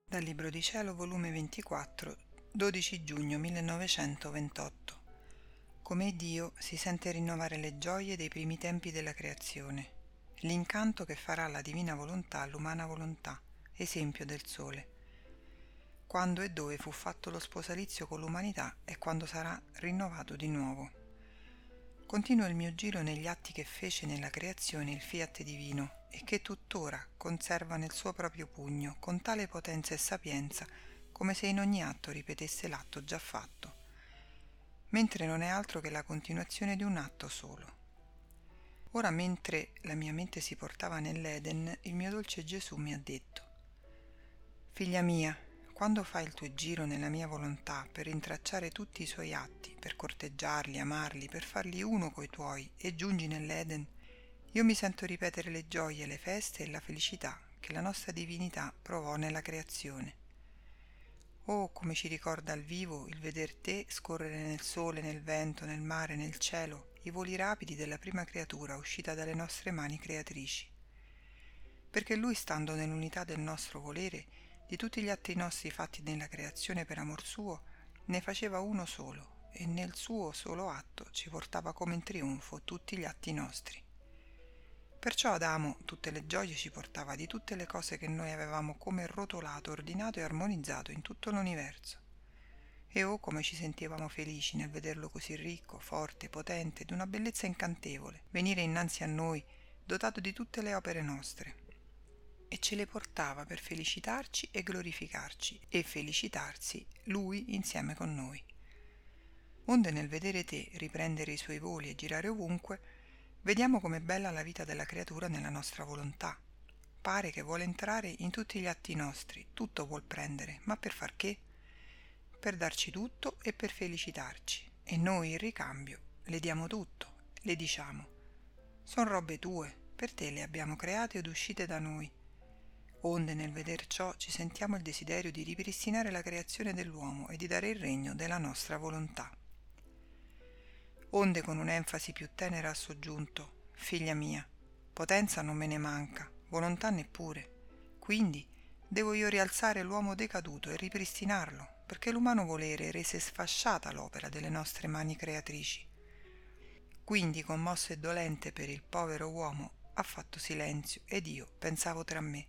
Dal Libro di Cielo, volume 24, 12 giugno 1928. Come Dio si sente rinnovare le gioie dei primi tempi della creazione, l'incanto che farà la divina volontà all'umana volontà, esempio del sole. Quando e dove fu fatto lo sposalizio con l'umanità e quando sarà rinnovato di nuovo. Continuo il mio giro negli atti che fece nella creazione il fiat divino e che tuttora conserva nel suo proprio pugno con tale potenza e sapienza come se in ogni atto ripetesse l'atto già fatto, mentre non è altro che la continuazione di un atto solo. Ora, mentre la mia mente si portava nell'Eden, il mio dolce Gesù mi ha detto: «Figlia mia, quando fai il tuo giro nella mia volontà per rintracciare tutti i suoi atti, per corteggiarli, amarli, per farli uno coi tuoi e giungi nell'Eden, io mi sento ripetere le gioie, le feste e la felicità che la nostra divinità provò nella creazione. Oh, come ci ricorda al vivo il veder te scorrere nel sole, nel vento, nel mare, nel cielo, i voli rapidi della prima creatura uscita dalle nostre mani creatrici. Perché Lui, stando nell'unità del nostro volere, di tutti gli atti nostri fatti nella creazione per amor suo, ne faceva uno solo, e nel suo solo atto ci portava come in trionfo tutti gli atti nostri. Perciò Adamo tutte le gioie ci portava di tutte le cose che noi avevamo come rotolato, ordinato e armonizzato in tutto l'universo. E oh, come ci sentivamo felici nel vederlo così ricco, forte, potente, d'una bellezza incantevole, venire innanzi a noi, dotato di tutte le opere nostre. E ce le portava per felicitarci e glorificarci, e felicitarsi Lui insieme con noi. Onde nel vedere te riprendere i suoi voli e girare ovunque, vediamo com'è bella la vita della creatura nella nostra volontà. Pare che vuole entrare in tutti gli atti nostri, tutto vuol prendere, ma per far che? Per darci tutto e per felicitarci. E noi in ricambio le diamo tutto, le diciamo: «Son robe tue, per te le abbiamo create ed uscite da noi». Onde nel veder ciò ci sentiamo il desiderio di ripristinare la creazione dell'uomo e di dare il regno della nostra volontà. Onde con un'enfasi più tenera ha soggiunto: «Figlia mia, potenza non me ne manca, volontà neppure. Quindi devo io rialzare l'uomo decaduto e ripristinarlo, perché l'umano volere rese sfasciata l'opera delle nostre mani creatrici. Quindi, commosso e dolente per il povero uomo, ha fatto silenzio ed io pensavo tra me: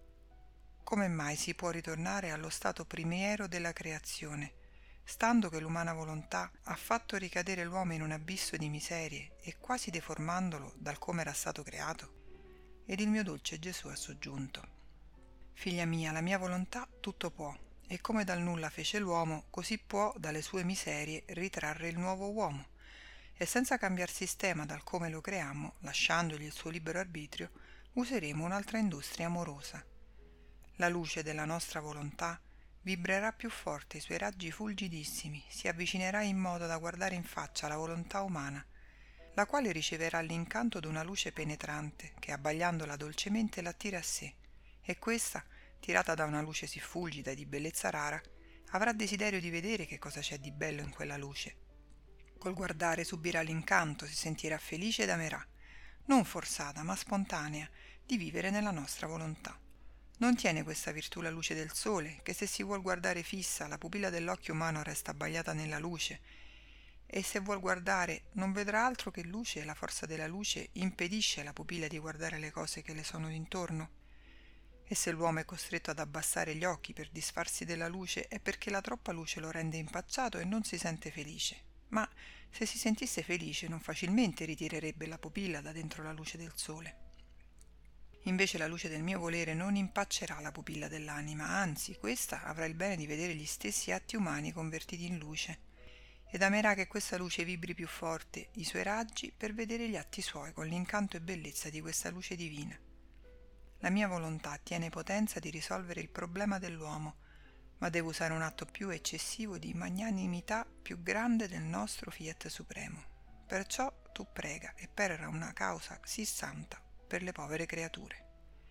come mai si può ritornare allo stato primiero della creazione, stando che l'umana volontà ha fatto ricadere l'uomo in un abisso di miserie e quasi deformandolo dal come era stato creato?» Ed il mio dolce Gesù ha soggiunto: «Figlia mia, la mia volontà tutto può, e come dal nulla fece l'uomo, così può dalle sue miserie ritrarre il nuovo uomo, e senza cambiar sistema dal come lo creammo, lasciandogli il suo libero arbitrio, useremo un'altra industria amorosa. La luce della nostra volontà vibrerà più forte i suoi raggi fulgidissimi, si avvicinerà in modo da guardare in faccia la volontà umana, la quale riceverà l'incanto d'una luce penetrante che, abbagliandola dolcemente, l'attira a sé, e questa, tirata da una luce sì fulgida e di bellezza rara, avrà desiderio di vedere che cosa c'è di bello in quella luce. Col guardare subirà l'incanto, si sentirà felice ed amerà, non forzata ma spontanea, di vivere nella nostra volontà. Non tiene questa virtù la luce del sole, che se si vuol guardare fissa, la pupilla dell'occhio umano resta abbagliata nella luce, e se vuol guardare non vedrà altro che luce, e la forza della luce impedisce alla pupilla di guardare le cose che le sono d'intorno. E se l'uomo è costretto ad abbassare gli occhi per disfarsi della luce, è perché la troppa luce lo rende impacciato e non si sente felice. Ma se si sentisse felice non facilmente ritirerebbe la pupilla da dentro la luce del sole. Invece la luce del mio volere non impaccerà la pupilla dell'anima, anzi questa avrà il bene di vedere gli stessi atti umani convertiti in luce, ed amerà che questa luce vibri più forte i suoi raggi per vedere gli atti suoi con l'incanto e bellezza di questa luce divina. La mia volontà tiene potenza di risolvere il problema dell'uomo, ma devo usare un atto più eccessivo di magnanimità più grande del nostro Fiat Supremo. Perciò tu prega e perora una causa sì santa per le povere creature».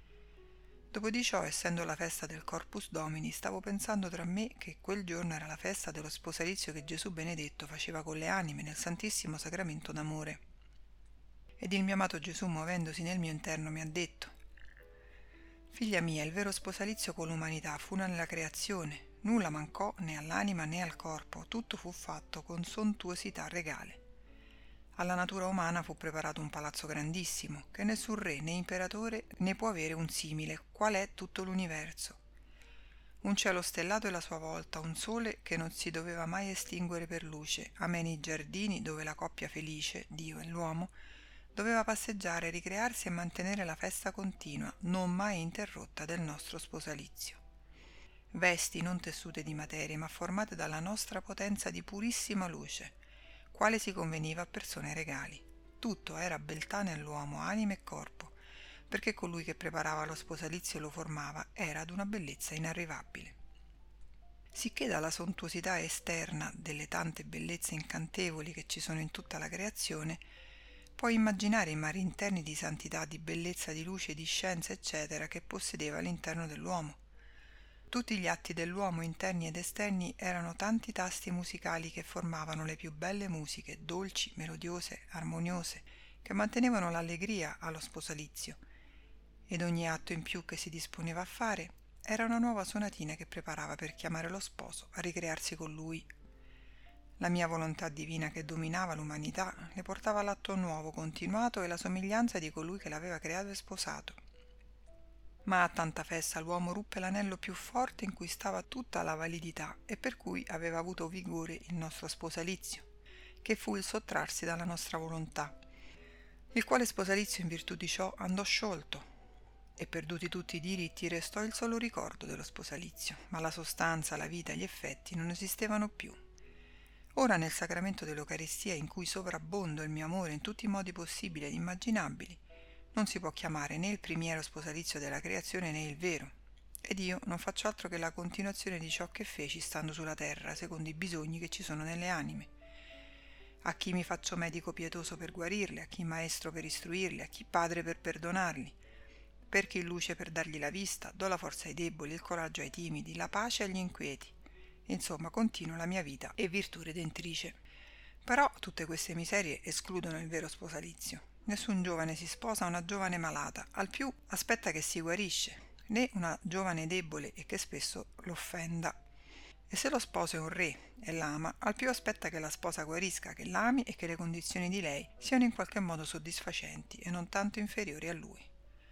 Dopo di ciò, essendo la festa del Corpus Domini, stavo pensando tra me che quel giorno era la festa dello sposalizio che Gesù benedetto faceva con le anime nel Santissimo Sacramento d'amore. Ed il mio amato Gesù, muovendosi nel mio interno, mi ha detto: Figlia mia, il vero sposalizio con l'umanità fu nella creazione, nulla mancò né all'anima né al corpo, tutto fu fatto con sontuosità regale. Alla natura umana fu preparato un palazzo grandissimo, che nessun re né imperatore ne può avere un simile, qual è tutto l'universo. Un cielo stellato e la sua volta, un sole che non si doveva mai estinguere per luce, ameni giardini dove la coppia felice, Dio e l'uomo, doveva passeggiare, ricrearsi e mantenere la festa continua, non mai interrotta del nostro sposalizio. Vesti non tessute di materie, ma formate dalla nostra potenza di purissima luce, quale si conveniva a persone regali. Tutto era beltà nell'uomo, anima e corpo, perché colui che preparava lo sposalizio e lo formava era d'una bellezza inarrivabile. Sicché dalla sontuosità esterna delle tante bellezze incantevoli che ci sono in tutta la creazione, puoi immaginare i mari interni di santità, di bellezza, di luce, di scienza, eccetera, che possedeva all'interno dell'uomo. Tutti gli atti dell'uomo, interni ed esterni, erano tanti tasti musicali che formavano le più belle musiche, dolci, melodiose, armoniose, che mantenevano l'allegria allo sposalizio, ed ogni atto in più che si disponeva a fare era una nuova sonatina che preparava per chiamare lo sposo a ricrearsi con lui. La mia volontà divina che dominava l'umanità le portava all'atto nuovo, continuato e la somiglianza di colui che l'aveva creato e sposato. Ma a tanta festa l'uomo ruppe l'anello più forte in cui stava tutta la validità e per cui aveva avuto vigore il nostro sposalizio, che fu il sottrarsi dalla nostra volontà, il quale sposalizio in virtù di ciò andò sciolto, e perduti tutti i diritti restò il solo ricordo dello sposalizio, ma la sostanza, la vita, gli effetti non esistevano più. Ora nel sacramento dell'Eucaristia, in cui sovrabbondo il mio amore in tutti i modi possibili ed immaginabili, non si può chiamare né il primiero sposalizio della creazione né il vero, ed io non faccio altro che la continuazione di ciò che feci stando sulla terra, secondo i bisogni che ci sono nelle anime. A chi mi faccio medico pietoso per guarirle, a chi maestro per istruirle, a chi padre per perdonarli, per chi luce per dargli la vista, do la forza ai deboli, il coraggio ai timidi, la pace agli inquieti. Insomma, continuo la mia vita e virtù redentrice. Però tutte queste miserie escludono il vero sposalizio. Nessun giovane si sposa a una giovane malata, al più aspetta che si guarisce, né una giovane debole e che spesso l'offenda. E se lo sposo è un re e l'ama, al più aspetta che la sposa guarisca, che l'ami e che le condizioni di lei siano in qualche modo soddisfacenti e non tanto inferiori a lui.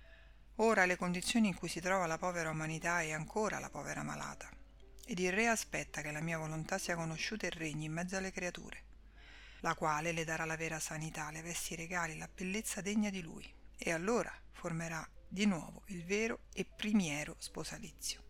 Ora le condizioni in cui si trova la povera umanità e ancora la povera malata, ed il re aspetta che la mia volontà sia conosciuta e regni in mezzo alle creature, la quale le darà la vera sanità, le vesti regali, la bellezza degna di lui, e allora formerà di nuovo il vero e primiero sposalizio.